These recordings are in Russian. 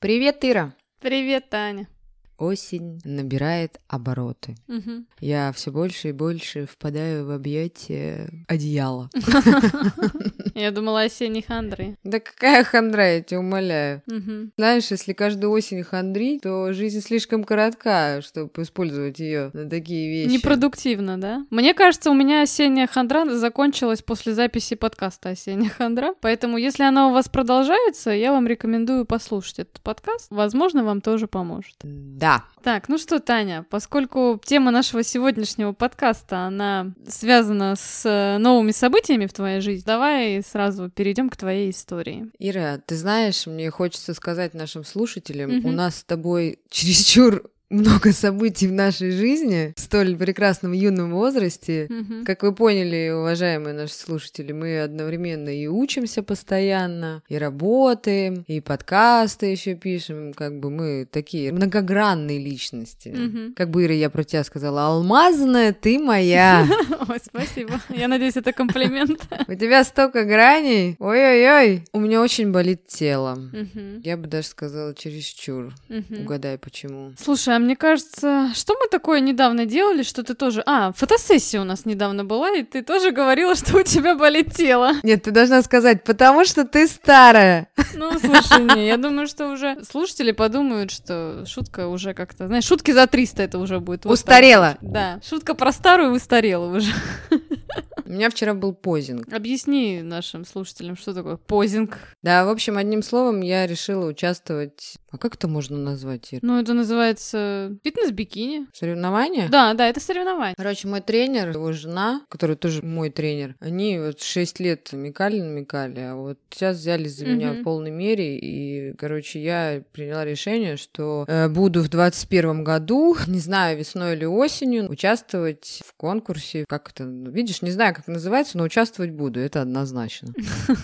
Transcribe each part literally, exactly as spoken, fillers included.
Привет, Ира! Привет, Таня! Осень набирает обороты. Угу. Я все больше и больше впадаю в объятия одеяла. Я думала, осенней хандры. Да какая хандра, я тебя умоляю. Угу. Знаешь, если каждую осень хандрить, то жизнь слишком коротка, чтобы использовать ее на такие вещи. Непродуктивно, да? Мне кажется, у меня осенняя хандра закончилась после записи подкаста «Осенняя хандра». Поэтому, если она у вас продолжается, я вам рекомендую послушать этот подкаст. Возможно, вам тоже поможет. Да. Так, ну что, Таня, поскольку тема нашего сегодняшнего подкаста, она связана с новыми событиями в твоей жизни, давай сразу перейдем к твоей истории. Ира, ты знаешь, мне хочется сказать нашим слушателям, Мгм. у нас с тобой чересчур много событий в нашей жизни в столь прекрасном юном возрасте. Мгм. Как вы поняли, уважаемые наши слушатели, мы одновременно и учимся постоянно, и работаем, и подкасты еще пишем. Как бы мы такие многогранные личности. Мгм. Как бы, Ира, я про тебя сказала, алмазная ты моя. Ой, спасибо. Я надеюсь, это комплимент. У тебя столько граней. Ой-ой-ой. У меня очень болит тело. Мгм. Я бы даже сказала чересчур. Мгм. Угадай, почему. Слушай, а мне кажется, что мы такое недавно делали, что ты тоже... А, фотосессия у нас недавно была, и ты тоже говорила, что у тебя болит тело. Нет, ты должна сказать, потому что ты старая. Ну, слушай, не, я думаю, что уже слушатели подумают, что шутка уже как-то... Знаешь, шутки за триста это уже будет. Вот так. Устарела. Да, шутка про старую устарела уже. У меня вчера был позинг. Объясни нашим слушателям, что такое позинг. Да, в общем, одним словом, я решила участвовать... А как это можно назвать, Ир? Ну, это называется фитнес-бикини. Соревнования? Да, да, это соревнование. Короче, мой тренер, его жена, которая тоже мой тренер, они вот шесть лет намекали, намекали, а вот сейчас взялись за меня Мгм. в полной мере, и, короче, я приняла решение, что э, буду в двадцать первом году, не знаю, весной или осенью, участвовать в конкурсе, как это, ну, видишь, не знаю, как называется, но участвовать буду, это однозначно.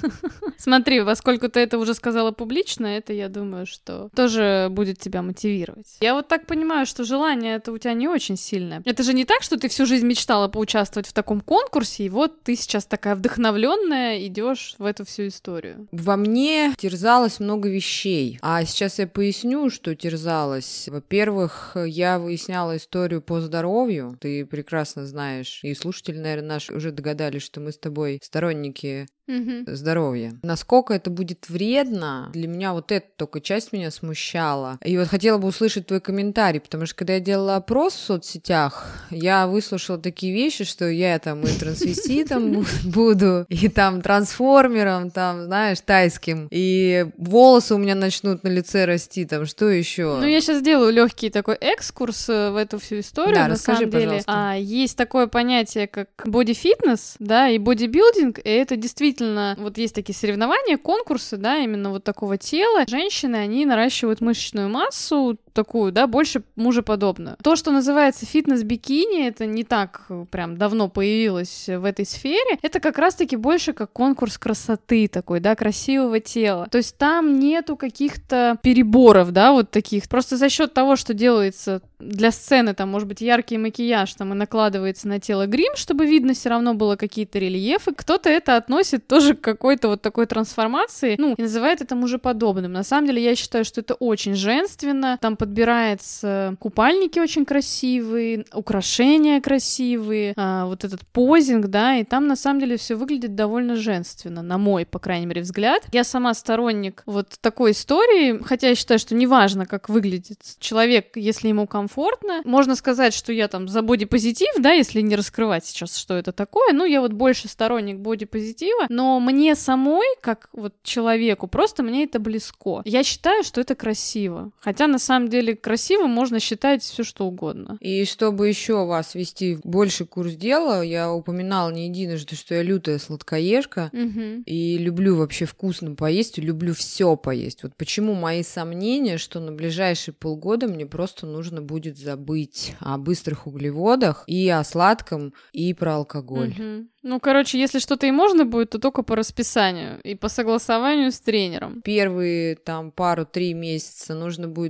Смотри, поскольку ты это уже сказала публично, это, я думаю, что тоже будет тебя мотивировать. Я вот так понимаю, что желание это у тебя не очень сильное. Это же не так, что ты всю жизнь мечтала поучаствовать в таком конкурсе, и вот ты сейчас такая вдохновленная идешь в эту всю историю. Во мне терзалось много вещей, а сейчас я поясню, что терзалось. Во-первых, я выясняла историю по здоровью, ты прекрасно знаешь, и слушатели, наверное, наши уже догадались, что мы с тобой сторонники Мгм. здоровья. Насколько это будет вредно, для меня вот эта только часть меня смущала. И вот хотела бы услышать твой комментарий, потому что когда я делала опрос в соцсетях, я выслушала такие вещи, что я там и трансвеститом бу- буду, и там трансформером, там, знаешь, тайским, и волосы у меня начнут на лице расти, там, что еще? Ну, я сейчас сделаю легкий такой экскурс э, в эту всю историю. Да, на расскажи, самом деле. пожалуйста. А, есть такое понятие, как боди-фитнес, да, и бодибилдинг, и это действительно, вот есть такие соревнования, конкурсы, да, именно вот такого тела. Женщины, они наращивают мышечную массу, такую, да, больше мужеподобную. То, что называется фитнес-бикини, это не так э, прям давно появилось в этой сфере, это как раз-таки больше как конкурс красоты такой, да, красивого тела. То есть там нету каких-то переборов, да, вот таких. Просто за счет того, что делается для сцены, там, может быть, яркий макияж, там, и накладывается на тело грим, чтобы видно все равно было какие-то рельефы, кто-то это относит тоже к какой-то вот такой трансформации, ну, и называет это мужеподобным. На самом деле, я считаю, что это очень женственно, там подбираются купальники очень красивые, украшения красивые, а, вот этот позинг, да, и там, на самом деле, все выглядит довольно женственно, на мой, по крайней мере, взгляд. Я сама сторонник вот такой истории, хотя я считаю, что неважно, как выглядит человек, если ему комфортно. Можно сказать, что я там за бодипозитив, да, если не раскрывать сейчас, что это такое. Ну, я вот больше сторонник бодипозитива, но мне самой, как вот человеку, просто мне это близко. Я считаю, что это красиво. Хотя, на самом деле, красиво можно считать все что угодно. И чтобы еще вас ввести в больший курс дела, я упоминала не единожды, что я лютая сладкоежка. Угу. И люблю вообще вкусно поесть, и люблю все поесть. Вот почему мои сомнения, что на ближайшие полгода мне просто нужно будет забыть о быстрых углеводах и о сладком, и про алкоголь. Угу. Ну, короче, если что-то и можно будет, то только по расписанию и по согласованию с тренером. Первые там пару-три месяца нужно будет есть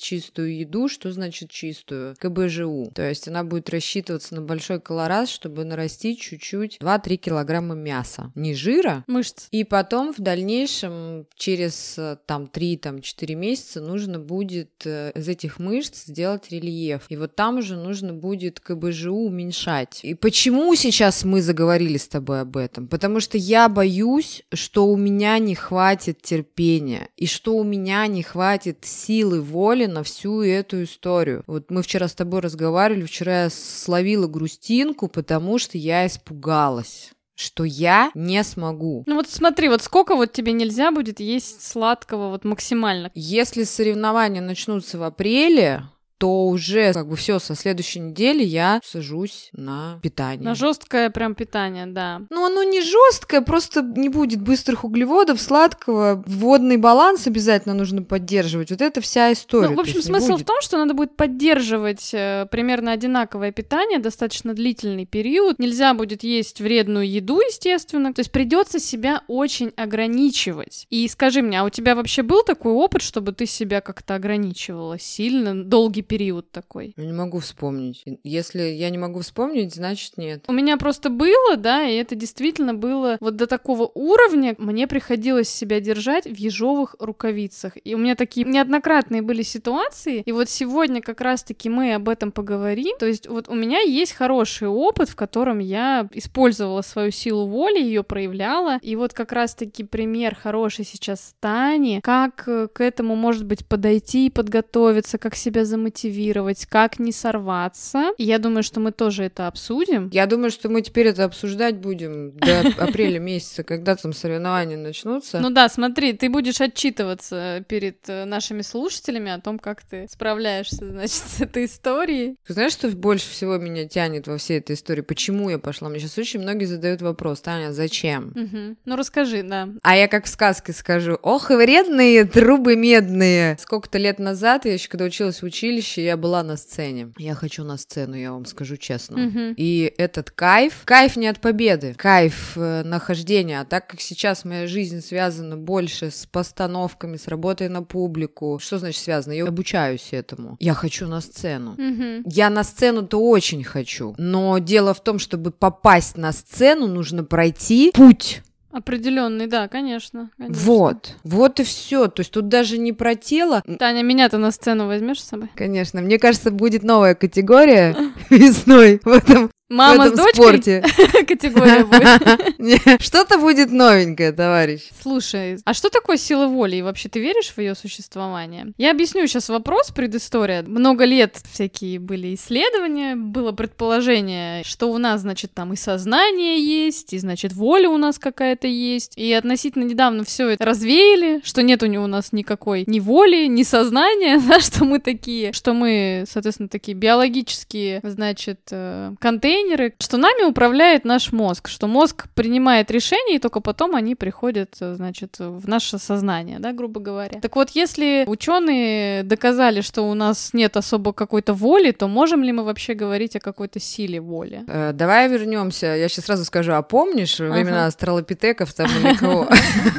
чистую еду. Что значит чистую? ка бэ жэ у. То есть она будет рассчитываться на большой колораз, чтобы нарастить чуть-чуть два-три килограмма мяса. Не жира. Мышц. И потом в дальнейшем через там три-четыре месяца нужно будет из этих мышц сделать рельеф. И вот там уже нужно будет ка бэ жэ у уменьшать. И почему сейчас мы заговорили с тобой об этом? Потому что я боюсь, что у меня не хватит терпения, и что у меня не хватит силы воли на всю эту историю. Вот мы вчера с тобой разговаривали, вчера я словила грустинку, потому что я испугалась, что я не смогу. Ну вот смотри, вот сколько вот тебе нельзя будет есть сладкого вот максимально? Если соревнования начнутся в апреле, то уже как бы все, со следующей недели я сажусь на питание. На жесткое прям питание, да. Ну, оно не жесткое, просто не будет быстрых углеводов, сладкого, водный баланс обязательно нужно поддерживать. Вот это вся история. Ну, в общем, смысл будет... в том, что надо будет поддерживать э, примерно одинаковое питание достаточно длительный период. Нельзя будет есть вредную еду, естественно. То есть придется себя очень ограничивать. И скажи мне, а у тебя вообще был такой опыт, чтобы ты себя как-то ограничивала сильно, долгий период такой? Я не могу вспомнить. Если я не могу вспомнить, значит нет. У меня просто было, да, и это действительно было вот до такого уровня, мне приходилось себя держать в ежовых рукавицах. И у меня такие неоднократные были ситуации, и вот сегодня как раз-таки мы об этом поговорим. То есть вот у меня есть хороший опыт, в котором я использовала свою силу воли, ее проявляла, и вот как раз-таки пример хороший сейчас Тани, как к этому, может быть, подойти и подготовиться, как себя замотивировать, мотивировать, как не сорваться. И я думаю, что мы тоже это обсудим. Я думаю, что мы теперь это обсуждать будем до апреля месяца, когда там соревнования начнутся. Ну да, смотри, ты будешь отчитываться перед нашими слушателями о том, как ты справляешься, значит, с этой историей. Ты знаешь, что больше всего меня тянет во всей этой истории? Почему я пошла? Мне сейчас очень многие задают вопрос: Таня, зачем? Угу. Ну расскажи, да. А я как в сказке скажу: ох, и вредные трубы медные. Сколько-то лет назад, я еще когда училась в училище, я была на сцене. Я хочу на сцену, я вам скажу честно. Mm-hmm. И этот кайф, кайф не от победы, кайф э, нахождения. А так как сейчас моя жизнь связана больше с постановками, с работой на публику, что значит связано? Я обучаюсь этому. Я хочу на сцену. Mm-hmm. Я на сцену-то очень хочу. Но дело в том, чтобы попасть на сцену, нужно пройти путь. Определенный, да, конечно, конечно. Вот, вот и все. То есть тут даже не про тело. Таня, меня-то на сцену возьмешь с собой? Конечно, мне кажется, будет новая категория весной в этом. Мама в этом с дочкой спорте. Категория будет. Что-то будет новенькое, товарищ. Слушай, а что такое сила воли? И вообще ты веришь в ее существование? Я объясню сейчас вопрос, предыстория. Много лет всякие были исследования, было предположение, что у нас, значит, там и сознание есть, и, значит, воля у нас какая-то есть. И относительно недавно все это развеяли, что нет у него у нас никакой ни воли, ни сознания, да, что мы такие, что мы, соответственно, такие биологические, значит, контейнеры, что нами управляет наш мозг, что мозг принимает решения, и только потом они приходят, значит, в наше сознание, да, грубо говоря. Так вот, если ученые доказали, что у нас нет особо какой-то воли, то можем ли мы вообще говорить о какой-то силе воли? Э, давай вернемся. Я сейчас сразу скажу, а помнишь ага. времена австралопитеков там или кого?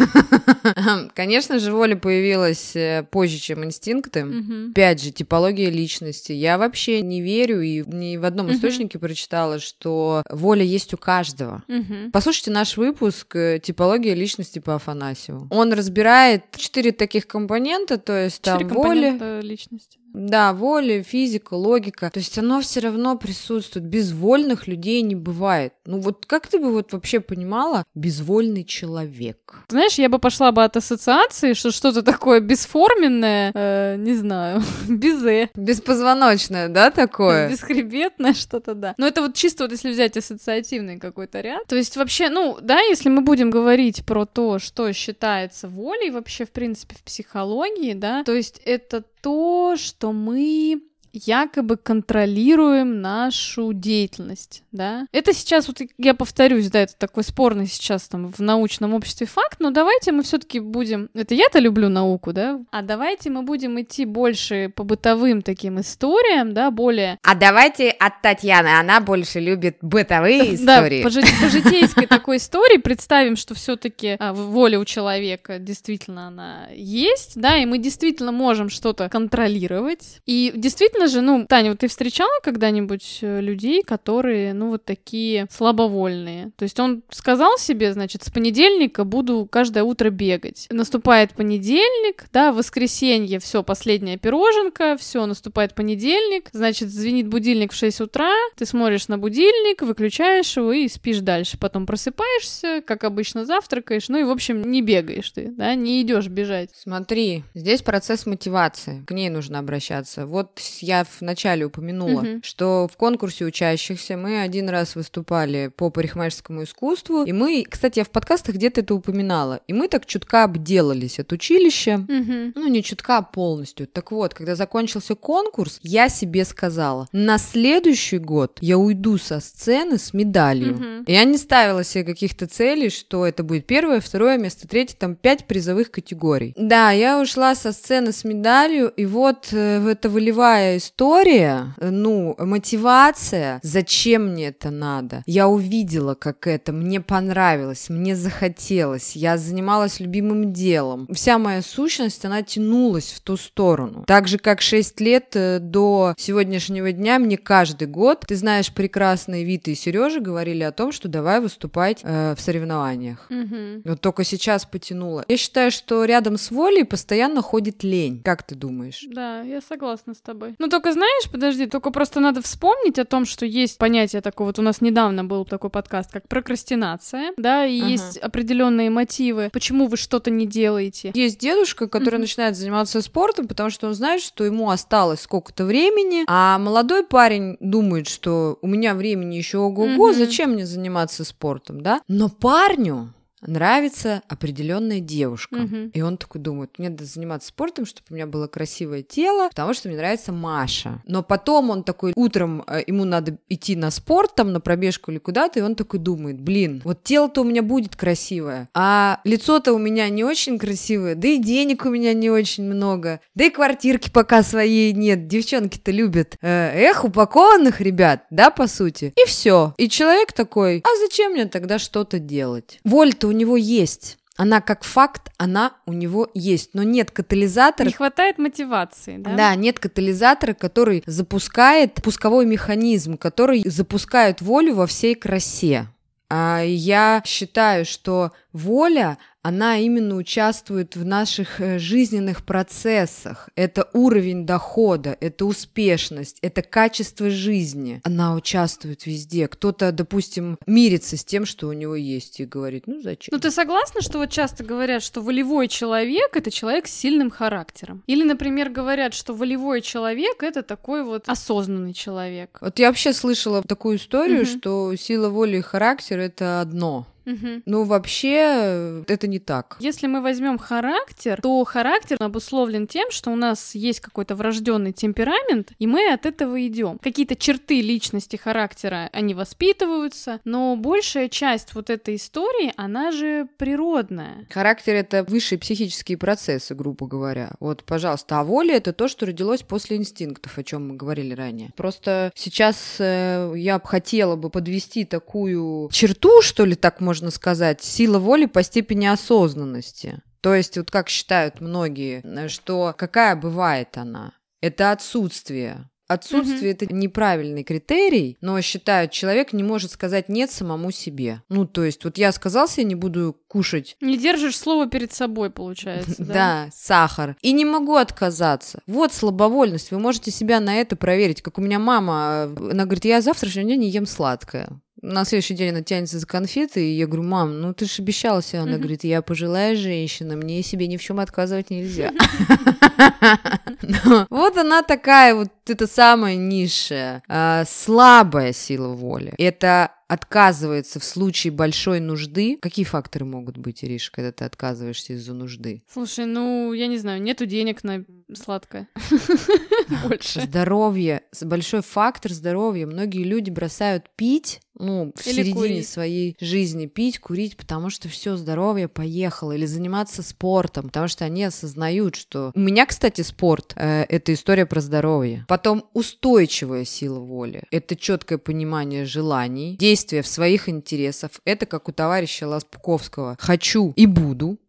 Конечно же, воля появилась позже, чем инстинкты. Опять же, типология личности. Я вообще не верю и ни в одном источнике прочитала, что воля есть у каждого. Угу. Послушайте наш выпуск «Типология личности» по Афанасьеву. Он разбирает четыре таких компонента, то есть там воля... личности. Да, воля, физика, логика. То есть оно все равно присутствует. Безвольных людей не бывает. Ну вот как ты бы вот вообще понимала безвольный человек? Знаешь, я бы пошла бы от ассоциации, что что-то такое бесформенное, э, не знаю, безе. Беспозвоночное, да, такое? Бесхребетное что-то, да. Но это вот чисто вот если взять ассоциативный какой-то ряд. То есть вообще, ну, да, если мы будем говорить про то, что считается волей вообще, в принципе, в психологии, да, то есть это то, что мы якобы контролируем нашу деятельность, да. Это сейчас, вот я повторюсь, да, это такой спорный сейчас там в научном обществе факт, но давайте мы все-таки будем, это я-то люблю науку, да, а давайте мы будем идти больше по бытовым таким историям, да, более... А давайте от Татьяны, она больше любит бытовые истории. Да, по, жи- по житейской такой истории представим, что все-таки а, воля у человека действительно она есть, да, и мы действительно можем что-то контролировать. И действительно же, ну, Таня, вот ты встречала когда-нибудь людей, которые, ну, вот такие слабовольные? То есть он сказал себе, значит, с понедельника буду каждое утро бегать. Наступает понедельник, да, в воскресенье все, последняя пироженка, все, наступает понедельник, значит, звенит будильник в шесть утра, ты смотришь на будильник, выключаешь его и спишь дальше. Потом просыпаешься, как обычно завтракаешь, ну и, в общем, не бегаешь ты, да, не идешь бежать. Смотри, здесь процесс мотивации, к ней нужно обращаться. Вот я вначале упомянула, uh-huh. что в конкурсе учащихся мы один раз выступали по парикмахерскому искусству, и мы, кстати, я в подкастах где-то это упоминала, и мы так чутка обделались от училища, uh-huh. ну не чутка, а полностью. Так вот, когда закончился конкурс, я себе сказала, на следующий год я уйду со сцены с медалью. Uh-huh. Я не ставила себе каких-то целей, что это будет первое, второе место, третье, там пять призовых категорий. Да, я ушла со сцены с медалью, и вот э, эта волевая история, э, ну, мотивация, зачем мне это надо? Я увидела, как это, мне понравилось, мне захотелось, я занималась любимым делом. Вся моя сущность, она тянулась в ту сторону. Так же, как шесть лет э, до сегодняшнего дня, мне каждый год, ты знаешь, прекрасные Вита и Сережа говорили о том, что давай выступать э, в соревнованиях. Mm-hmm. Вот только сейчас потянуло. Я считаю, что рядом с волей постоянно ходит лень. Как ты думаешь? Да, я согласна с тобой. Ну, только знаешь, подожди, только просто надо вспомнить о том, что есть понятие такое, вот у нас недавно был такой подкаст, как прокрастинация, да, и ага. есть определенные мотивы, почему вы что-то не делаете. Есть дедушка, который mm-hmm. начинает заниматься спортом, потому что он знает, что ему осталось сколько-то времени, а молодой парень думает, что у меня времени еще ого-го, mm-hmm. зачем мне заниматься спортом, да? Но парню нравится определенная девушка. Uh-huh. И он такой думает, мне надо заниматься спортом, чтобы у меня было красивое тело, потому что мне нравится Маша. Но потом он такой, утром э, ему надо идти на спорт, там, на пробежку или куда-то, и он такой думает, блин, вот тело-то у меня будет красивое, а лицо-то у меня не очень красивое, да и денег у меня не очень много, да и квартирки пока своей нет, девчонки-то любят. Э, эх, упакованных ребят, да, по сути. И все. И человек такой, а зачем мне тогда что-то делать? Воль-то у него есть. Она как факт, она у него есть, но нет катализатора. Не хватает мотивации, да? Да, нет катализатора, который запускает пусковой механизм, который запускает волю во всей красе. А я считаю, что воля, она именно участвует в наших жизненных процессах. Это уровень дохода, это успешность, это качество жизни. Она участвует везде. Кто-то, допустим, мирится с тем, что у него есть, и говорит, ну зачем? Ну ты согласна, что вот часто говорят, что волевой человек — это человек с сильным характером? Или, например, говорят, что волевой человек — это такой вот осознанный человек? Вот я вообще слышала такую историю, угу. что сила воли и характер — это одно. Угу. Ну, вообще, это не так. Если мы возьмем характер, то характер обусловлен тем, что у нас есть какой-то врожденный темперамент, и мы от этого идем. Какие-то черты личности характера, они воспитываются, но большая часть вот этой истории, она же природная. Характер — это высшие психические процессы, грубо говоря. Вот, пожалуйста. А воля — это то, что родилось после инстинктов, о чем мы говорили ранее. Просто сейчас э, я хотела бы подвести такую черту, что ли, так можно можно сказать, сила воли по степени осознанности. То есть, вот как считают многие, что какая бывает она? Это отсутствие. Отсутствие mm-hmm. — это неправильный критерий, но считают, человек не может сказать «нет» самому себе. Ну, то есть, вот я сказал себе, не буду кушать. Не держишь слово перед собой, получается, да? Да, сахар. И не могу отказаться. Вот слабовольность. Вы можете себя на это проверить. Как у меня мама, она говорит, я завтрашнего дня не ем сладкое. На следующий день она тянется за конфеты, и я говорю: мам, ну ты же обещала себе. Она говорит: я пожилая женщина, мне себе ни в чем отказывать нельзя. Вот она такая вот, это самая низшая, слабая сила воли. Это отказывается в случае большой нужды. Какие факторы могут быть, Ириш, когда ты отказываешься из-за нужды? Слушай, ну, я не знаю, нету денег на сладкое. Больше. Здоровье. Большой фактор здоровья. Многие люди бросают пить, ну, в Или середине курить. своей жизни, пить, курить, потому что все здоровье поехало, или заниматься спортом, потому что они осознают, что... У меня, кстати, спорт э, — это история про здоровье. Потом устойчивая сила воли — это четкое понимание желаний, действия в своих интересах. Это как у товарища Ласпуковского: «Хочу и буду».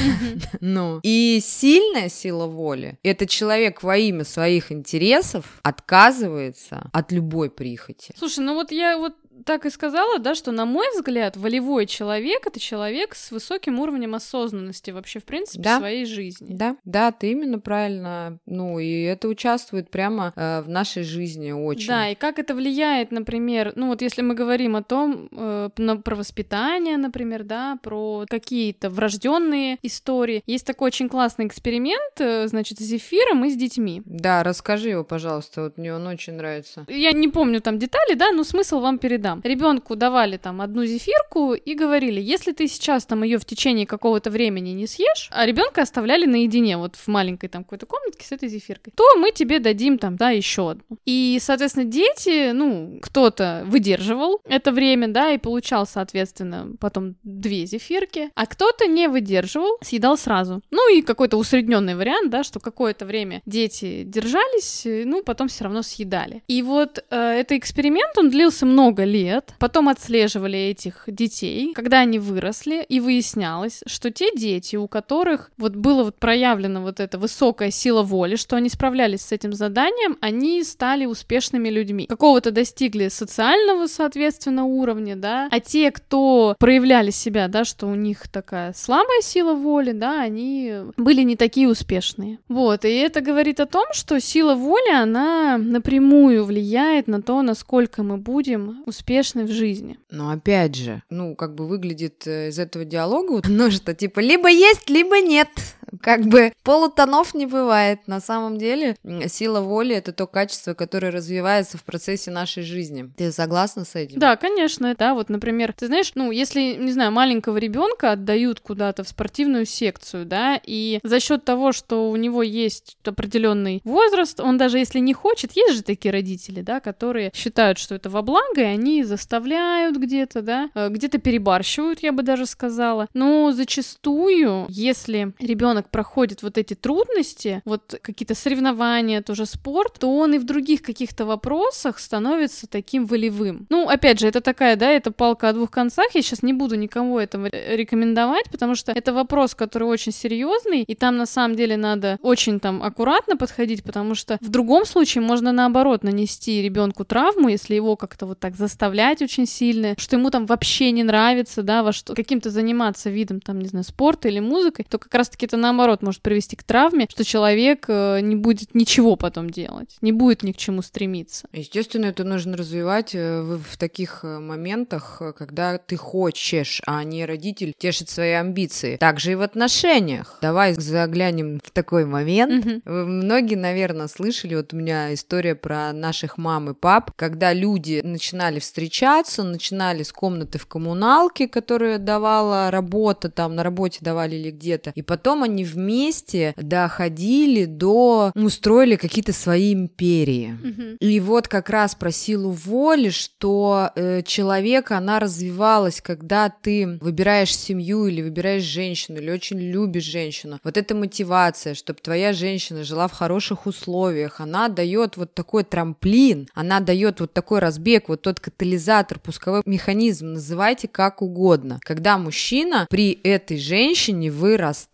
Но и сильная сила воли — это человек во имя своих интересов отказывается от любой прихоти. Слушай, ну вот я вот так и сказала, да, что, на мой взгляд, волевой человек — это человек с высоким уровнем осознанности вообще, в принципе, Да. в своей жизни. Да, да, ты именно правильно. Ну, и это участвует прямо э, в нашей жизни очень. Да, и как это влияет, например, ну вот если мы говорим о том, э, на- про воспитание, например, да, про какие-то врожденные истории. Есть такой очень классный эксперимент, э, значит, с зефиром и с детьми. Да, расскажи его, пожалуйста, вот мне он очень нравится. Я не помню там детали, да, но смысл вам передам. Ребенку давали там одну зефирку и говорили: если ты сейчас там ее в течение какого-то времени не съешь, а ребенка оставляли наедине вот в маленькой там какой-то комнатке с этой зефиркой, то мы тебе дадим там, да, еще одну. И, соответственно, дети, ну, кто-то выдерживал это время, да, и получал, соответственно, потом две зефирки, а кто-то не выдерживал, съедал сразу. Ну и какой-то усредненный вариант, да, что какое-то время дети держались, ну, потом все равно съедали. И вот э, этот эксперимент, он длился много лет. Потом отслеживали этих детей, когда они выросли, и выяснялось, что те дети, у которых вот было вот проявлена вот эта высокая сила воли, что они справлялись с этим заданием, они стали успешными людьми. Какого-то достигли социального, соответственно, уровня, да, а те, кто проявляли себя, да, что у них такая слабая сила воли, да, они были не такие успешные. Вот, и это говорит о том, что сила воли, она напрямую влияет на то, насколько мы будем успешны в жизни. Но опять же, ну, как бы выглядит э, из этого диалога, вот, ну, что типа либо есть, либо нет. Как бы полутонов не бывает. На самом деле сила воли — это то качество, которое развивается в процессе нашей жизни. Ты согласна с этим? Да, конечно, да, вот, например, ты знаешь, ну, если, не знаю, маленького ребенка отдают куда-то в спортивную секцию, да, и за счет того, что у него есть определенный возраст, он даже если не хочет, есть же такие родители, да, которые считают, что это во благо, и они заставляют где-то, да, где-то перебарщивают, я бы даже сказала. Но зачастую, если ребенок проходит вот эти трудности, вот какие-то соревнования, тоже спорт, то он и в других каких-то вопросах становится таким волевым. Ну, опять же, это такая, да, это палка о двух концах, я сейчас не буду никому этого рекомендовать, потому что это вопрос, который очень серьезный, и там на самом деле надо очень там аккуратно подходить, потому что в другом случае можно наоборот нанести ребенку травму, если его как-то вот так заставлять очень сильно, что ему там вообще не нравится, да, во что каким-то заниматься видом, там, не знаю, спорта или музыкой, то как раз-таки это наоборот может привести к травме, что человек э, не будет ничего потом делать, не будет ни к чему стремиться. Естественно, это нужно развивать э, в, в таких э, моментах, э, когда ты хочешь, а не родитель тешит свои амбиции. Также и в отношениях. Давай заглянем в такой момент. Мгм. Вы многие, наверное, слышали, вот у меня история про наших мам и пап, когда люди начинали встречаться, начинали с комнаты в коммуналке, которую давала работа, там на работе давали или где-то, и потом они вместе доходили до, ну, строили какие-то свои империи. Мгм. И вот как раз про силу воли, что э, человека, она развивалась, когда ты выбираешь семью или выбираешь женщину, или очень любишь женщину. Вот эта мотивация, чтобы твоя женщина жила в хороших условиях, она дает вот такой трамплин, она дает вот такой разбег, вот тот катализатор, пусковой механизм, называйте как угодно. Когда мужчина при этой женщине вырастает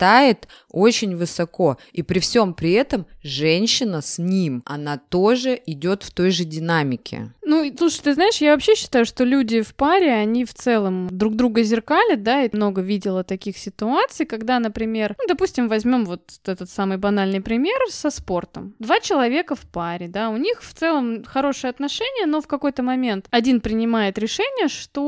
очень высоко. И при всем при этом женщина с ним, она тоже идет в той же динамике. Ну, слушай, ты знаешь, я вообще считаю, что люди в паре, они в целом друг друга зеркалят, да, и много видела таких ситуаций, когда, например, ну, допустим, возьмем вот этот самый банальный пример со спортом. Два человека в паре, да, у них в целом хорошие отношения, но в какой-то момент один принимает решение,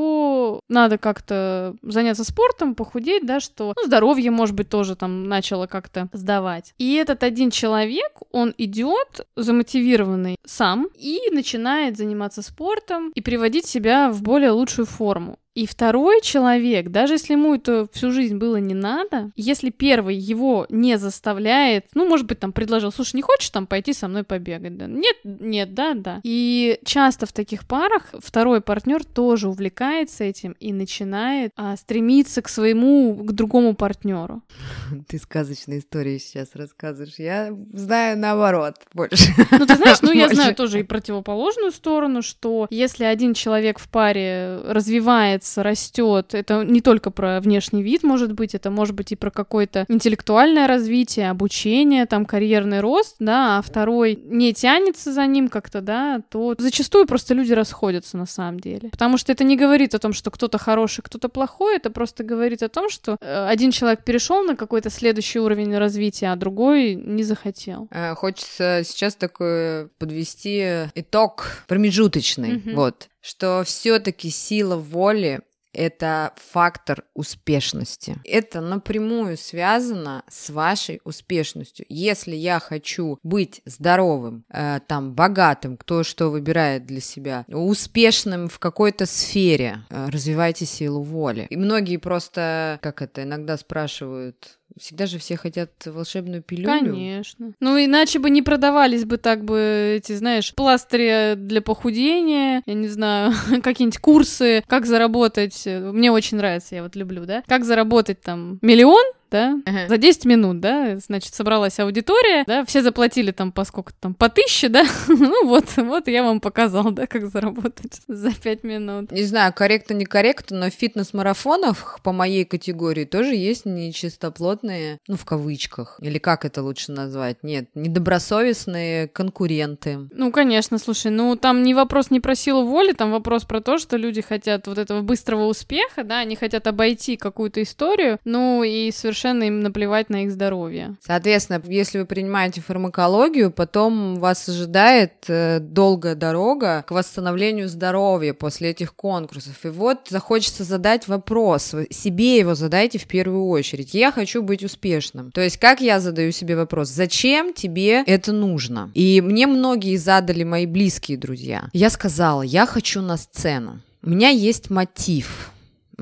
что надо как-то заняться спортом, похудеть, да, что ну, здоровье, может быть, тоже там начало как-то сдавать. И этот один человек, он идет замотивированный сам и начинает заниматься спортом и приводить себя в более лучшую форму. И второй человек, даже если ему это всю жизнь было не надо, если первый его не заставляет, ну, может быть, там предложил, слушай, не хочешь там пойти со мной побегать? Да? Нет, нет, да, да. И часто в таких парах второй партнер тоже увлекается этим и начинает а, стремиться к своему, к другому партнеру. Ты сказочные истории сейчас рассказываешь. Я знаю наоборот больше. Ну, ты знаешь, ну, я знаю тоже и противоположную сторону, что если один человек в паре развивает растет. Это не только про внешний вид, может быть, это может быть и про какое-то интеллектуальное развитие, обучение, там, карьерный рост, да, а второй не тянется за ним как-то, да, то зачастую просто люди расходятся на самом деле. Потому что это не говорит о том, что кто-то хороший, кто-то плохой, это просто говорит о том, что один человек перешел на какой-то следующий уровень развития, а другой не захотел. Хочется сейчас такой подвести итог промежуточный, mm-hmm. вот. Что все-таки сила воли — это фактор успешности. Это напрямую связано с вашей успешностью. Если я хочу быть здоровым, э, там, богатым, кто что выбирает для себя, успешным в какой-то сфере, э, развивайте силу воли. И многие просто, как это, иногда спрашивают... Всегда же все хотят волшебную пилюлю. Конечно. Ну, иначе бы не продавались бы так бы эти, знаешь, пластыри для похудения, я не знаю, какие-нибудь курсы, как заработать. Мне очень нравится, я вот люблю, да? Как заработать там миллион, да, uh-huh. за десять минут, да, значит, собралась аудитория, да, все заплатили там по сколько там, по тысяче, да, ну вот, вот я вам показал, да, как заработать за пять минут. Не знаю, корректно, некорректно, но в фитнес-марафонах по моей категории тоже есть нечистоплотные, ну, в кавычках, или как это лучше назвать, нет, недобросовестные конкуренты. Ну, конечно, слушай, ну, там не вопрос не про силу воли, там вопрос про то, что люди хотят вот этого быстрого успеха, да, они хотят обойти какую-то историю, ну, и совершенно им наплевать на их здоровье. Соответственно, если вы принимаете фармакологию, потом вас ожидает э, долгая дорога к восстановлению здоровья после этих конкурсов. И вот захочется задать вопрос, вы себе его задайте в первую очередь. Я хочу быть успешным. То есть, как я задаю себе вопрос, зачем тебе это нужно? И мне многие задали мои близкие друзья. Я сказала, я хочу на сцену. У меня есть мотив.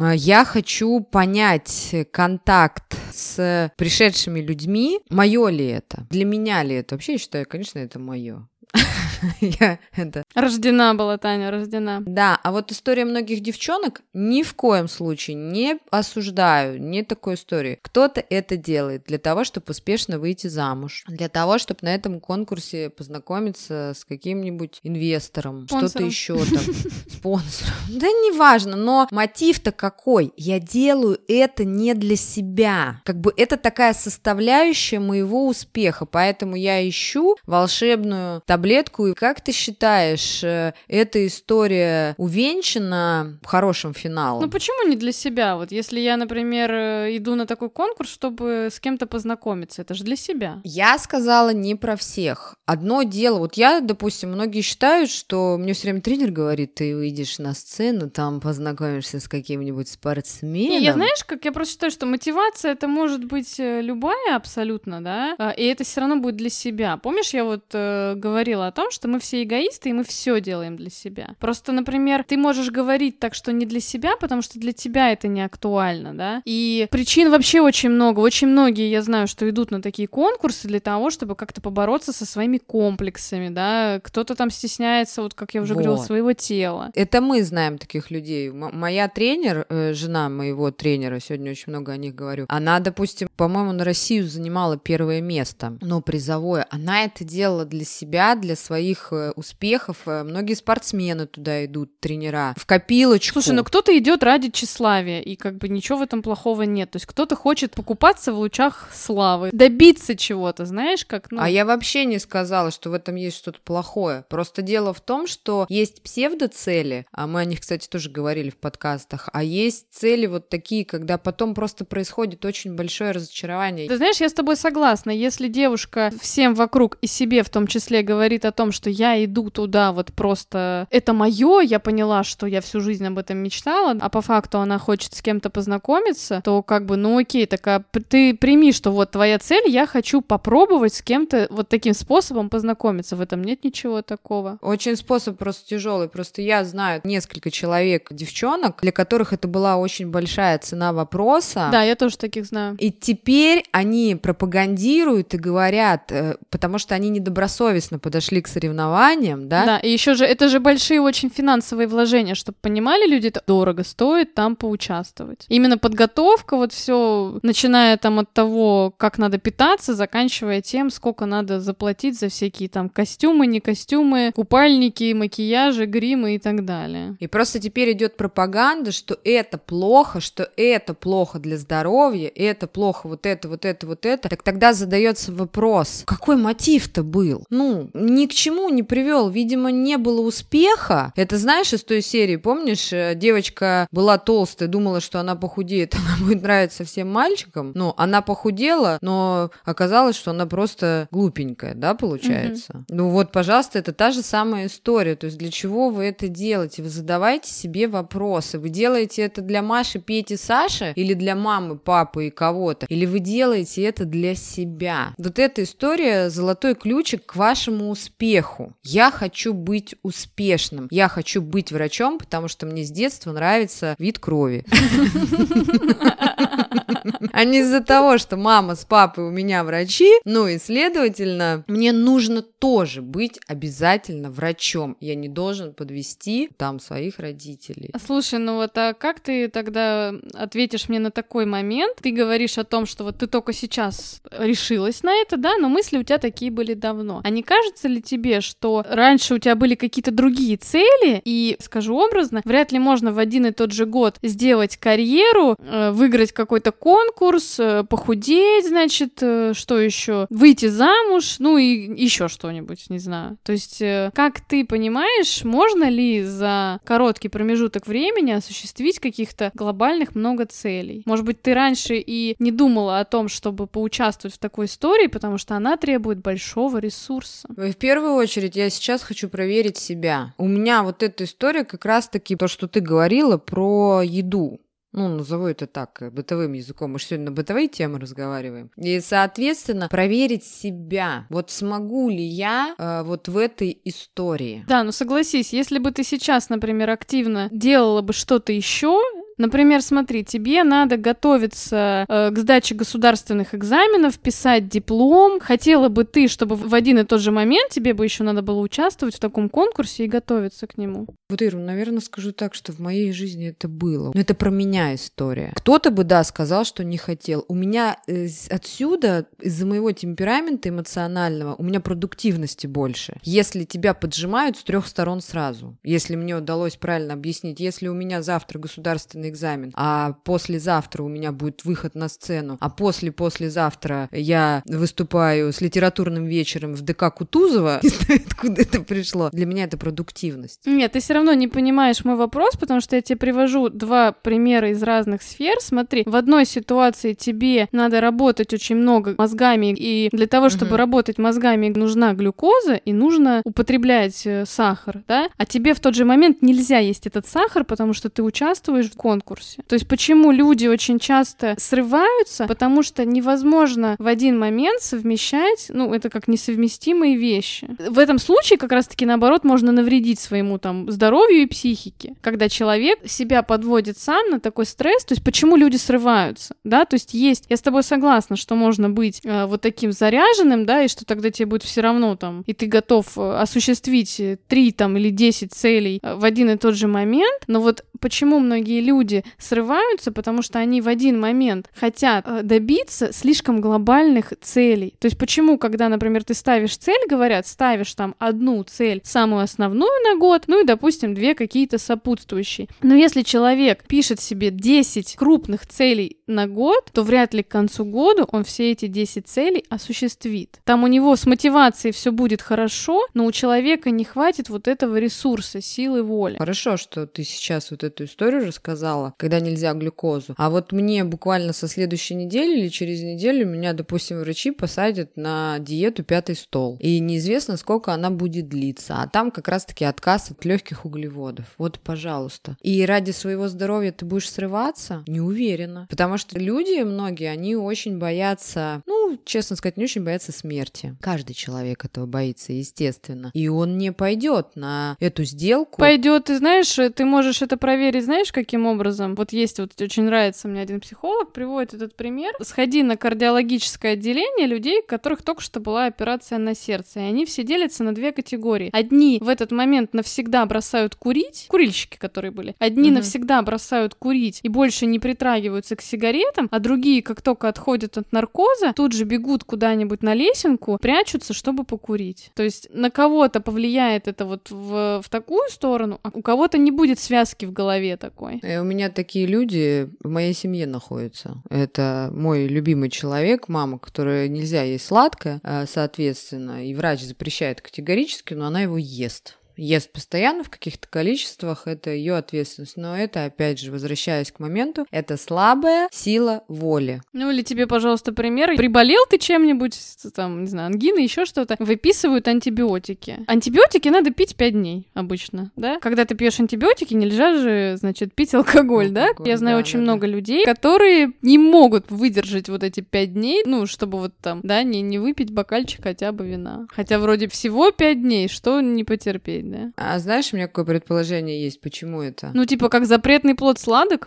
Я хочу понять контакт с пришедшими людьми, мое ли это, для меня ли это. Вообще, я считаю, конечно, это мое. Я это... Рождена была Таня, рождена. Да, а вот история многих девчонок ни в коем случае не осуждаю, нет такой истории. Кто-то это делает для того, чтобы успешно выйти замуж, для того, чтобы на этом конкурсе познакомиться с каким-нибудь инвестором, спонсором. Что-то еще там, спонсором. Да неважно, но мотив-то какой? Я делаю это не для себя. Как бы это такая составляющая моего успеха, поэтому я ищу волшебную таблетку. И как ты считаешь, эта история увенчана хорошим финалом? Ну почему не для себя? Вот если я, например, иду на такой конкурс, чтобы с кем-то познакомиться, это же для себя. Я сказала не про всех. Одно дело, вот я, допустим, многие считают, что мне все время тренер говорит, ты выйдешь на сцену, там познакомишься с каким-нибудь спортсменом. Не, я знаешь, как я просто считаю, что мотивация это может быть любая абсолютно, да, и это все равно будет для себя. Помнишь, я вот э, говорила о том, что мы все эгоисты, и мы все делаем для себя. Просто, например, ты можешь говорить так, что не для себя, потому что для тебя это не актуально, да, и причин вообще очень много. Очень многие, я знаю, что идут на такие конкурсы для того, чтобы как-то побороться со своими комплексами, да, кто-то там стесняется, вот как я уже вот. говорила, своего тела. Это мы знаем таких людей. М- моя тренер, э, жена моего тренера, сегодня очень много о них говорю, она, допустим, по-моему, на Россию занимала первое место, но призовое. Она это делала для себя, для своей своих успехов. Многие спортсмены туда идут, тренера, в копилочку. Слушай, ну кто-то идет ради тщеславия, и как бы ничего в этом плохого нет. То есть кто-то хочет покупаться в лучах славы, добиться чего-то, знаешь, как... Ну... А я вообще не сказала, что в этом есть что-то плохое. Просто дело в том, что есть псевдоцели, а мы о них, кстати, тоже говорили в подкастах, а есть цели вот такие, когда потом просто происходит очень большое разочарование. Ты знаешь, я с тобой согласна. Если девушка всем вокруг и себе в том числе говорит о том, что я иду туда вот просто... Это моё, я поняла, что я всю жизнь об этом мечтала, а по факту она хочет с кем-то познакомиться, то как бы, ну окей, так а ты прими, что вот твоя цель, я хочу попробовать с кем-то вот таким способом познакомиться. В этом нет ничего такого. Очень способ просто тяжелый. Просто я знаю несколько человек, девчонок, для которых это была очень большая цена вопроса. Да, я тоже таких знаю. И теперь они пропагандируют и говорят, потому что они недобросовестно подошли к соревнованиям, да? Да, и еще же, это же большие очень финансовые вложения, чтобы понимали люди, это дорого стоит там поучаствовать. Именно подготовка, вот все, начиная там от того, как надо питаться, заканчивая тем, сколько надо заплатить за всякие там костюмы, не костюмы, купальники, макияжи, гримы и так далее. И просто теперь идет пропаганда, что это плохо, что это плохо для здоровья, это плохо вот это, вот это, вот это. Так тогда задается вопрос, какой мотив-то был? Ну, ни к чему не привел, видимо, не было успеха. Это знаешь из той серии, помнишь, девочка была толстая, думала, что она похудеет, она будет нравиться всем мальчикам. Ну, она похудела, но оказалось, что она просто глупенькая, да, получается? Mm-hmm. Ну вот, пожалуйста, это та же самая история. То есть для чего вы это делаете? Вы задавайте себе вопросы. Вы делаете это для Маши, Пети, Саши или для мамы, папы и кого-то? Или вы делаете это для себя? Вот эта история — золотой ключик к вашему успеху. Я хочу быть успешным. Я хочу быть врачом, потому что мне с детства нравится вид крови. А не из-за того, что мама с папой у меня врачи, ну и, следовательно, мне нужно тоже быть обязательно врачом. Я не должен подвести там своих родителей. Слушай, ну вот а как ты тогда ответишь мне на такой момент? Ты говоришь о том, что вот ты только сейчас решилась на это, да, но мысли у тебя такие были давно. А не кажется ли тебе, что раньше у тебя были какие-то другие цели, и, скажу образно, вряд ли можно в один и тот же год сделать карьеру, выиграть какой-то конкурс, похудеть, значит, что еще, выйти замуж, ну и еще что-нибудь, не знаю. То есть, как ты понимаешь, можно ли за короткий промежуток времени осуществить каких-то глобальных много целей? Может быть, ты раньше и не думала о том, чтобы поучаствовать в такой истории, потому что она требует большого ресурса. В первую очередь, я сейчас хочу проверить себя. У меня вот эта история как раз-таки то, что ты говорила про еду. Ну, назову это так, бытовым языком. Мы же сегодня на бытовые темы разговариваем. И, соответственно, проверить себя. Вот смогу ли я э, вот в этой истории? Да, ну согласись, если бы ты сейчас, например, активно делала бы что-то еще. Например, смотри, тебе надо готовиться э, к сдаче государственных экзаменов, писать диплом. Хотела бы ты, чтобы в один и тот же момент тебе бы еще надо было участвовать в таком конкурсе и готовиться к нему? Вот, Ира, наверное, скажу так, что в моей жизни это было. Но это про меня история. Кто-то бы, да, сказал, что не хотел. У меня э, отсюда, из-за моего темперамента эмоционального, у меня продуктивности больше. Если тебя поджимают с трех сторон сразу. Если мне удалось правильно объяснить, если у меня завтра государственный экзамен, а послезавтра у меня будет выход на сцену, а после-послезавтра я выступаю с литературным вечером в ДК Кутузова, не знаю, откуда это пришло. Для меня это продуктивность. Нет, ты все равно не понимаешь мой вопрос, потому что я тебе привожу два примера из разных сфер. Смотри, в одной ситуации тебе надо работать очень много мозгами, и для того, чтобы uh-huh. работать мозгами, нужна глюкоза, и нужно употреблять сахар, да? А тебе в тот же момент нельзя есть этот сахар, потому что ты участвуешь в конкурсе. конкурсе. То есть почему люди очень часто срываются? Потому что невозможно в один момент совмещать, ну, это как несовместимые вещи. В этом случае как раз-таки, наоборот, можно навредить своему там здоровью и психике, когда человек себя подводит сам на такой стресс. То есть почему люди срываются, да? То есть есть, я с тобой согласна, что можно быть э, вот таким заряженным, да, и что тогда тебе будет все равно там, и ты готов осуществить три там или десять целей в один и тот же момент, но вот почему многие люди срываются, потому что они в один момент хотят э, добиться слишком глобальных целей. То есть почему, когда, например, ты ставишь цель, говорят, ставишь там одну цель, самую основную на год, ну и, допустим, две какие-то сопутствующие. Но если человек пишет себе десять крупных целей на год, то вряд ли к концу года он все эти десять целей осуществит. Там у него с мотивацией все будет хорошо, но у человека не хватит вот этого ресурса, силы воли. Хорошо, что ты сейчас вот эту историю рассказала, когда нельзя глюкозу. А вот мне буквально со следующей недели или через неделю меня, допустим, врачи посадят на диету «Пятый стол». И неизвестно, сколько она будет длиться. А там как раз-таки отказ от легких углеводов. Вот, пожалуйста. И ради своего здоровья ты будешь срываться? Не уверена. Потому что люди, многие, они очень боятся, ну, честно сказать, не очень боятся смерти. Каждый человек этого боится, естественно. И он не пойдет на эту сделку. Пойдет, ты знаешь, ты можешь это проверить, знаешь, каким образом? Вот есть, вот очень нравится мне один психолог, приводит этот пример. Сходи на кардиологическое отделение людей, у которых только что была операция на сердце, и они все делятся на две категории. Одни в этот момент навсегда бросают курить, курильщики, которые были, одни mm-hmm. навсегда бросают курить и больше не притрагиваются к сигаретам, а другие, как только отходят от наркоза, тут же бегут куда-нибудь на лесенку, прячутся, чтобы покурить. То есть на кого-то повлияет это вот в, в такую сторону, а у кого-то не будет связки в голове такой. И у меня такие люди в моей семье находятся. Это мой любимый человек, мама, которая нельзя есть сладкое, соответственно, и врач запрещает категорически, но она его ест. Ест постоянно в каких-то количествах, это ее ответственность. Но это, опять же, возвращаясь к моменту, это слабая сила воли. Ну или тебе, пожалуйста, пример. Приболел ты чем-нибудь, там, не знаю, ангина, еще что-то, выписывают антибиотики. Антибиотики надо пить пять дней обычно, да? Когда ты пьешь антибиотики, нельзя же, значит, пить алкоголь, алкоголь да? Я знаю да, очень да, много да. людей, которые не могут выдержать вот эти пять дней, ну, чтобы вот там, да, не, не выпить бокальчик хотя бы вина. Хотя вроде всего пять дней, что не потерпеть. Да. А знаешь, у меня какое предположение есть, почему это? Ну, типа, как запретный плод сладок?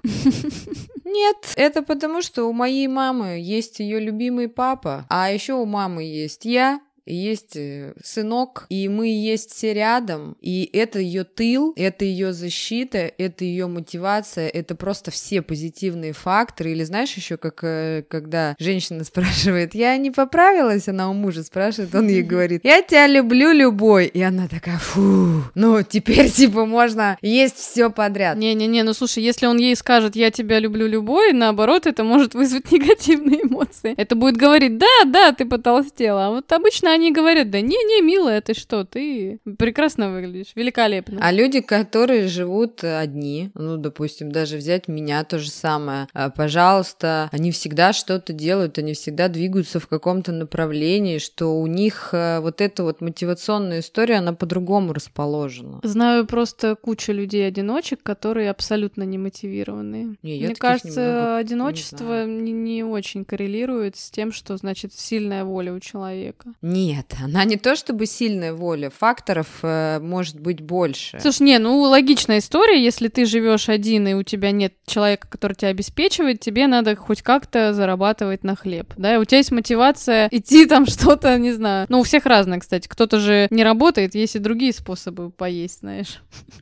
Нет, это потому, что у моей мамы есть ее любимый папа, а еще у мамы есть я, есть сынок, и мы есть все рядом, и это ее тыл, это ее защита, это ее мотивация, это просто все позитивные факторы. Или знаешь еще, как когда женщина спрашивает, я не поправилась, она у мужа спрашивает, он ей говорит, я тебя люблю, любой, и она такая, фу, ну теперь типа можно есть все подряд. Не-не-не, ну слушай, если он ей скажет, я тебя люблю, любой, наоборот, это может вызвать негативные эмоции. Это будет говорить, да, да, ты потолстела, а вот обычно они говорят, да не-не, милая, ты что, ты прекрасно выглядишь, великолепно. А люди, которые живут одни, ну, допустим, даже взять меня, то же самое, пожалуйста, они всегда что-то делают, они всегда двигаются в каком-то направлении, что у них вот эта вот мотивационная история, она по-другому расположена. Знаю просто кучу людей-одиночек, которые абсолютно не мотивированные. Не, Мне кажется, немного... одиночество не, не очень коррелирует с тем, что значит сильная воля у человека. Нет, она не то чтобы сильная воля, факторов э, может быть больше. Слушай, не, ну логичная история, если ты живешь один и у тебя нет человека, который тебя обеспечивает, тебе надо хоть как-то зарабатывать на хлеб, да, и у тебя есть мотивация идти там что-то, не знаю, ну у всех разное, кстати, кто-то же не работает, есть и другие способы поесть, знаешь.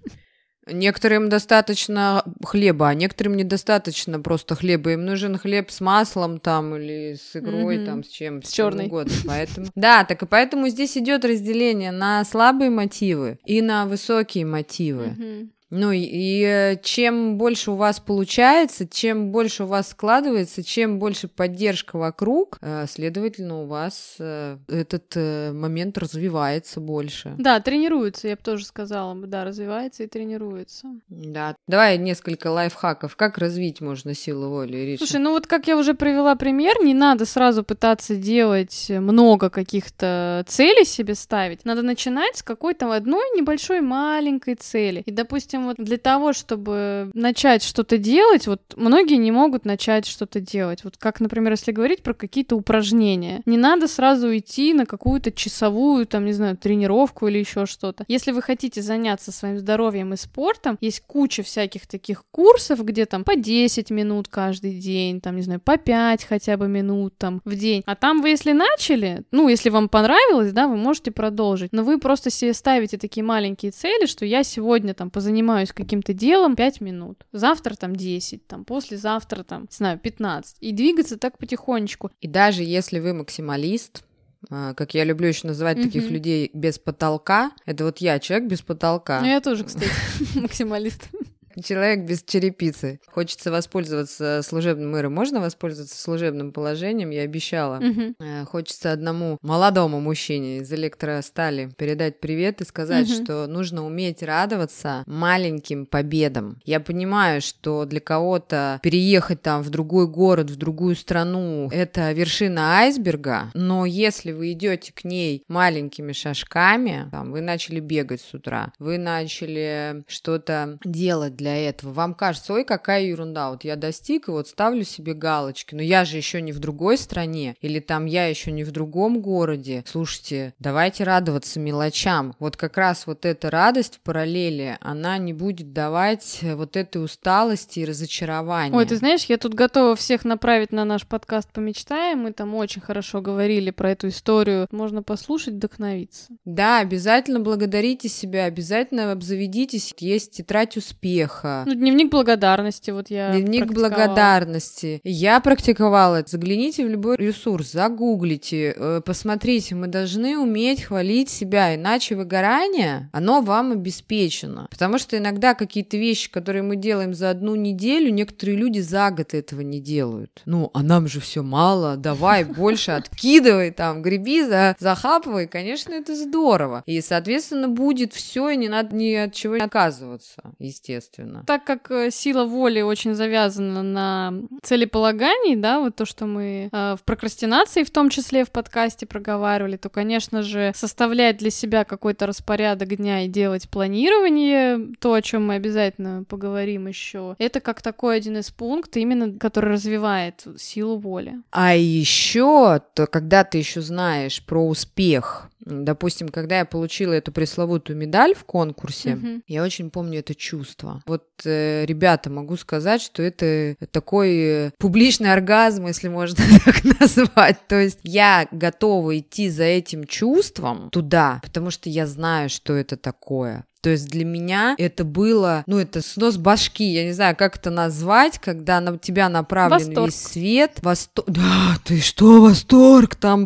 Некоторым достаточно хлеба, а некоторым недостаточно просто хлеба. Им нужен хлеб с маслом там или с икрой, mm-hmm. там, с чем, с, с чем угодно. Поэтому... Да, так и поэтому здесь идет разделение на слабые мотивы и на высокие мотивы. Mm-hmm. Ну и, и чем больше у вас получается, чем больше у вас складывается, чем больше поддержка вокруг, следовательно, у вас этот момент развивается больше. Да, тренируется, я бы тоже сказала, да, развивается и тренируется. Да, давай несколько лайфхаков, как развить можно силу воли, Ириша. Слушай, ну вот как я уже привела пример, не надо сразу пытаться делать много каких-то целей себе ставить, надо начинать с какой-то одной небольшой маленькой цели. И, допустим, вот для того, чтобы начать что-то делать, вот многие не могут начать что-то делать. Вот как, например, если говорить про какие-то упражнения. Не надо сразу идти на какую-то часовую, там, не знаю, тренировку или еще что-то. Если вы хотите заняться своим здоровьем и спортом, есть куча всяких таких курсов, где там по десять минут каждый день, там, не знаю, по пять хотя бы минут там в день. А там вы, если начали, ну, если вам понравилось, да, вы можете продолжить. Но вы просто себе ставите такие маленькие цели, что я сегодня там позанимаюсь занимаюсь каким-то делом пять минут, завтра там десять, там послезавтра там, не знаю, пятнадцать, и двигаться так потихонечку. И даже если вы максималист, как я люблю еще называть mm-hmm. таких людей без потолка, это вот я, человек без потолка. Ну, я тоже, кстати, максималист. Человек без черепицы. Хочется воспользоваться служебным миром. Можно воспользоваться служебным положением? Я обещала. Uh-huh. Хочется одному молодому мужчине из электростали передать привет и сказать, uh-huh. что нужно уметь радоваться маленьким победам. Я понимаю, что для кого-то переехать там в другой город, в другую страну — это вершина айсберга, но если вы идете к ней маленькими шажками, там, вы начали бегать с утра, вы начали что-то делать для этого. Вам кажется, ой, какая ерунда, вот я достиг, и вот ставлю себе галочки, но я же еще не в другой стране, или там я еще не в другом городе. Слушайте, давайте радоваться мелочам. Вот как раз вот эта радость в параллели, она не будет давать вот этой усталости и разочарования. Ой, ты знаешь, я тут готова всех направить на наш подкаст «Помечтаем», мы там очень хорошо говорили про эту историю, можно послушать, вдохновиться. Да, обязательно благодарите себя, обязательно обзаведитесь, есть тетрадь успеха. Ну, дневник благодарности, вот я Дневник благодарности. Я практиковала. Загляните в любой ресурс, загуглите, посмотрите. Мы должны уметь хвалить себя, иначе выгорание, оно вам обеспечено. Потому что иногда какие-то вещи, которые мы делаем за одну неделю, некоторые люди за год этого не делают. Ну, а нам же все мало, давай больше откидывай, там, греби, захапывай. Конечно, это здорово. И, соответственно, будет все, и не надо ни от чего отказываться, естественно. Так как сила воли очень завязана на целеполагании, да, вот то, что мы э, в прокрастинации в том числе в подкасте проговаривали, то, конечно же, составлять для себя какой-то распорядок дня и делать планирование, то, о чем мы обязательно поговорим еще, это как такой один из пунктов, именно который развивает силу воли. А еще, то, когда ты еще знаешь про успех, допустим, когда я получила эту пресловутую медаль в конкурсе, uh-huh. я очень помню это чувство. Вот, э, ребята, могу сказать, что это такой э, публичный оргазм, если можно так назвать. То есть я готова идти за этим чувством туда, потому что я знаю, что это такое. То есть для меня это было, ну, это снос башки, я не знаю, как это назвать, когда на тебя направлен восторг. Весь свет. Восторг. Да, ты что, восторг, там,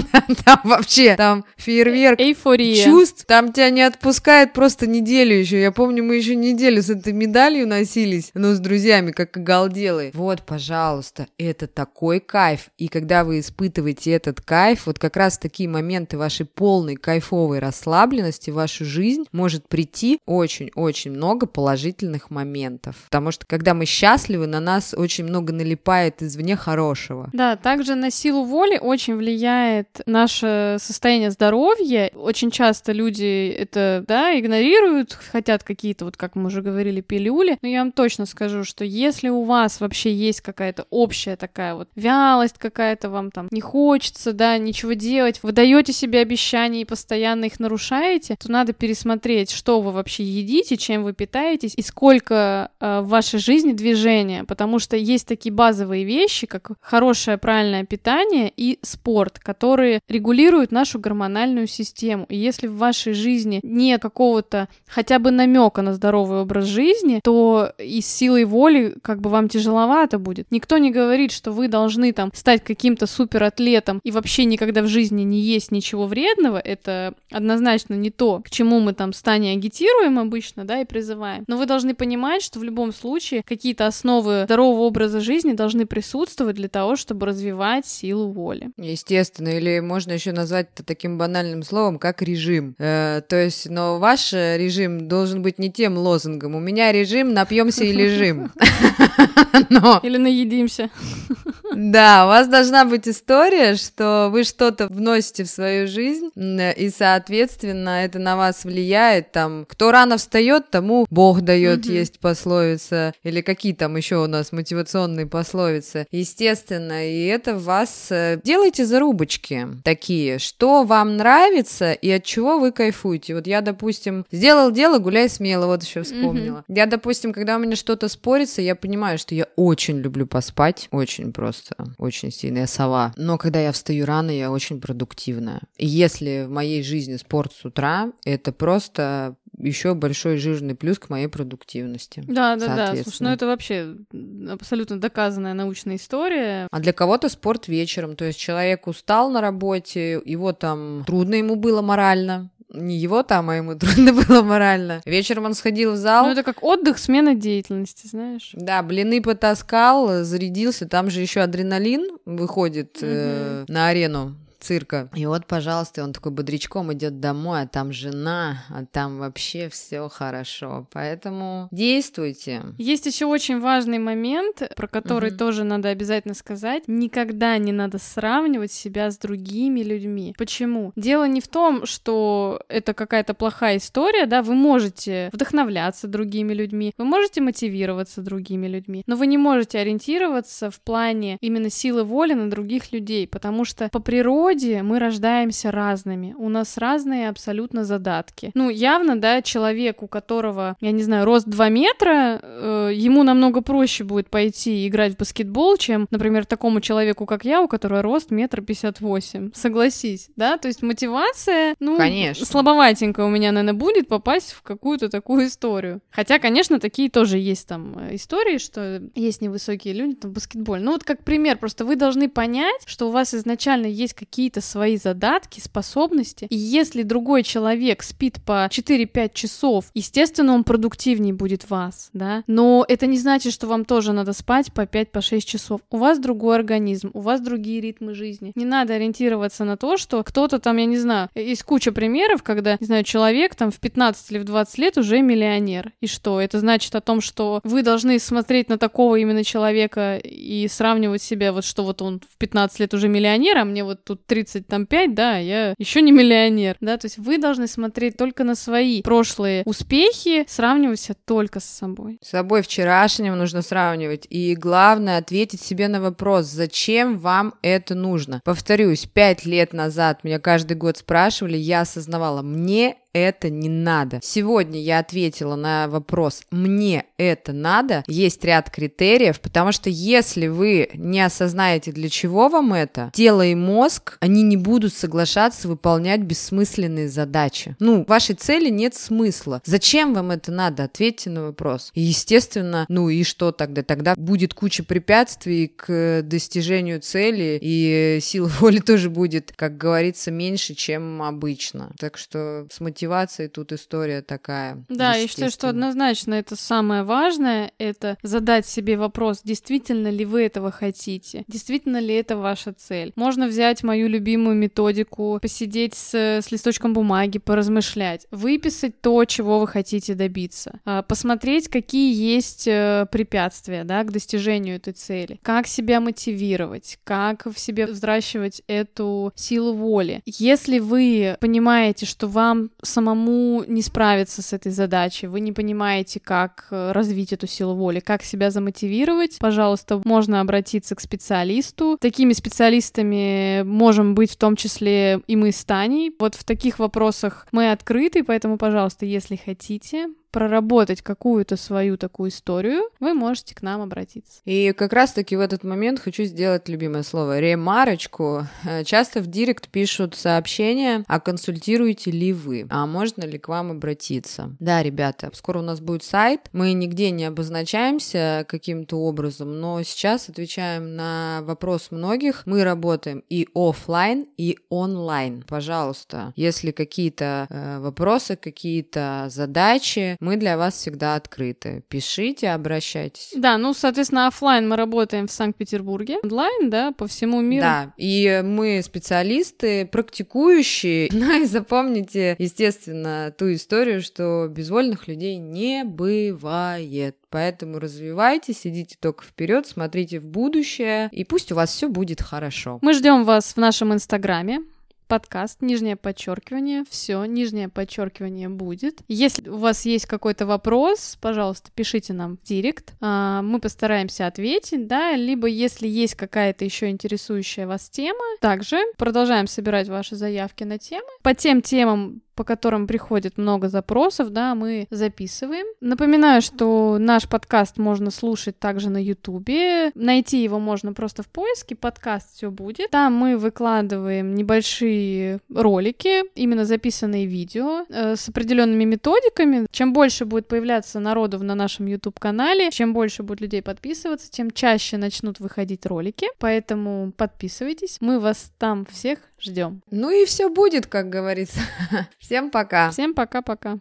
там вообще, там фейерверк. Эйфория. Чувств, там тебя не отпускает просто неделю еще. Я помню, мы еще неделю с этой медалью носились, ну, с друзьями, как оголделые. Вот, пожалуйста, это такой кайф. И когда вы испытываете этот кайф, вот как раз такие моменты вашей полной кайфовой расслабленности в вашу жизнь может прийти прийти очень-очень много положительных моментов. Потому что, когда мы счастливы, на нас очень много налипает извне хорошего. Да, также на силу воли очень влияет наше состояние здоровья. Очень часто люди это, да, игнорируют, хотят какие-то, вот как мы уже говорили, пилюли. Но я вам точно скажу, что если у вас вообще есть какая-то общая такая вот вялость какая-то, вам там не хочется, да, ничего делать, вы даете себе обещания и постоянно их нарушаете, то надо пересмотреть, что вы вообще едите, чем вы питаетесь и сколько э, в вашей жизни движения, потому что есть такие базовые вещи, как хорошее правильное питание и спорт, которые регулируют нашу гормональную систему. И если в вашей жизни нет какого-то хотя бы намека на здоровый образ жизни, то и с силой воли как бы вам тяжеловато будет. Никто не говорит, что вы должны там стать каким-то суператлетом и вообще никогда в жизни не есть ничего вредного. Это однозначно не то, к чему мы там станем агитируем обычно, да, и призываем. Но вы должны понимать, что в любом случае какие-то основы здорового образа жизни должны присутствовать для того, чтобы развивать силу воли. Естественно, или можно еще назвать это таким банальным словом, как режим. Э, то есть, но ваш режим должен быть не тем лозунгом. У меня режим «напьемся и лежим». Или наедимся. Да, у вас должна быть история, что вы что-то вносите в свою жизнь, и, соответственно, это на вас влияет. Там, кто рано встает, тому Бог дает, mm-hmm. есть пословица, или какие там еще у нас мотивационные пословицы. Естественно, и это вас... Делайте зарубочки такие, что вам нравится и от чего вы кайфуете. Вот я, допустим, сделал дело, гуляй смело, вот еще вспомнила. Mm-hmm. Я, допустим, когда у меня что-то спорится, я понимаю, что я очень люблю поспать, очень просто, очень сильная сова. Но когда я встаю рано, я очень продуктивная. И если в моей жизни спорт с утра, это просто еще большой жирный плюс к моей продуктивности. Да, да, да. Слушай, ну это вообще абсолютно доказанная научная история. А для кого-то спорт вечером. То есть человек устал на работе, его там трудно ему было морально. Не его там, а ему трудно было морально. Вечером он сходил в зал. Ну, это как отдых, смена деятельности, знаешь. Да, блины потаскал, зарядился. Там же еще адреналин выходит угу. э, на арену цирка. И вот, пожалуйста, он такой бодрячком идет домой, а там жена, а там вообще все хорошо. Поэтому действуйте. Есть еще очень важный момент, про который угу. тоже надо обязательно сказать. Никогда не надо сравнивать себя с другими людьми. Почему? Дело не в том, что это какая-то плохая история, да, вы можете вдохновляться другими людьми, вы можете мотивироваться другими людьми, но вы не можете ориентироваться в плане именно силы воли на других людей, потому что по природе мы рождаемся разными, у нас разные абсолютно задатки. Ну, явно, да, человек, у которого, я не знаю, рост два метра, э, ему намного проще будет пойти играть в баскетбол, чем, например, такому человеку, как я, у которого рост метр пятьдесят восемь. Согласись, да? То есть мотивация, ну, конечно, слабоватенькая у меня, наверное, будет попасть в какую-то такую историю. Хотя, конечно, такие тоже есть там истории, что есть невысокие люди там в баскетболе. Ну, вот как пример, просто вы должны понять, что у вас изначально есть какие какие-то свои задатки, способности, и если другой человек спит по четыре-пять часов, естественно, он продуктивнее будет вас, да, но это не значит, что вам тоже надо спать по пять-шесть часов. У вас другой организм, у вас другие ритмы жизни. Не надо ориентироваться на то, что кто-то там, я не знаю, есть куча примеров, когда, не знаю, человек там в пятнадцать или в двадцать лет уже миллионер. И что? Это значит о том, что вы должны смотреть на такого именно человека и сравнивать себя, вот что вот он в пятнадцать лет уже миллионер, а мне вот тут тридцать пять, да, я еще не миллионер, да, то есть вы должны смотреть только на свои прошлые успехи, сравнивать себя только с собой. С собой вчерашним нужно сравнивать, и главное ответить себе на вопрос, зачем вам это нужно. Повторюсь, пять лет назад меня каждый год спрашивали, я осознавала, мне это не надо. Сегодня я ответила на вопрос «мне это надо». Есть ряд критериев, потому что если вы не осознаете, для чего вам это, тело и мозг, они не будут соглашаться выполнять бессмысленные задачи. Ну, вашей цели нет смысла. Зачем вам это надо? Ответьте на вопрос. И, естественно, ну и что тогда? Тогда будет куча препятствий к достижению цели, и сила воли тоже будет, как говорится, меньше, чем обычно. Так что с мотивацией мотивации тут история такая. Да, я считаю, что однозначно это самое важное, это задать себе вопрос, действительно ли вы этого хотите, действительно ли это ваша цель. Можно взять мою любимую методику, посидеть с, с листочком бумаги, поразмышлять, выписать то, чего вы хотите добиться, посмотреть, какие есть препятствия, да, к достижению этой цели, как себя мотивировать, как в себе взращивать эту силу воли. Если вы понимаете, что вам самому не справиться с этой задачей, вы не понимаете, как развить эту силу воли, как себя замотивировать, пожалуйста, можно обратиться к специалисту. Такими специалистами можем быть в том числе и мы с Таней. Вот в таких вопросах мы открыты, поэтому, пожалуйста, если хотите проработать какую-то свою такую историю, вы можете к нам обратиться. И как раз-таки в этот момент хочу сделать любимое слово ремарочку. Часто в директ пишут сообщения, а консультируете ли вы, а можно ли к вам обратиться. Да, ребята, скоро у нас будет сайт, мы нигде не обозначаемся каким-то образом, но сейчас отвечаем на вопрос многих. Мы работаем и офлайн, и онлайн. Пожалуйста, если какие-то э, вопросы, какие-то задачи, мы для вас всегда открыты. Пишите, обращайтесь. Да, ну, соответственно, офлайн мы работаем в Санкт-Петербурге, онлайн, да, по всему миру. Да, и мы специалисты, практикующие. Ну и запомните, естественно, ту историю, что безвольных людей не бывает. Поэтому развивайтесь, идите только вперед, смотрите в будущее, и пусть у вас все будет хорошо. Мы ждем вас в нашем инстаграме. Подкаст, нижнее подчеркивание, все, нижнее подчеркивание будет. Если у вас есть какой-то вопрос, пожалуйста, пишите нам в директ, мы постараемся ответить, да, либо если есть какая-то еще интересующая вас тема, также продолжаем собирать ваши заявки на темы. По тем темам, по которым приходит много запросов, да, мы записываем. Напоминаю, что наш подкаст можно слушать также на Ютубе. Найти его можно просто в поиске, подкаст «Все будет». Там мы выкладываем небольшие ролики, именно записанные видео, э, с определенными методиками. Чем больше будет появляться народу на нашем YouTube-канале, чем больше будет людей подписываться, тем чаще начнут выходить ролики. Поэтому подписывайтесь. Мы вас там всех ждем. Ну и все будет, как говорится. Всем пока. Всем пока-пока.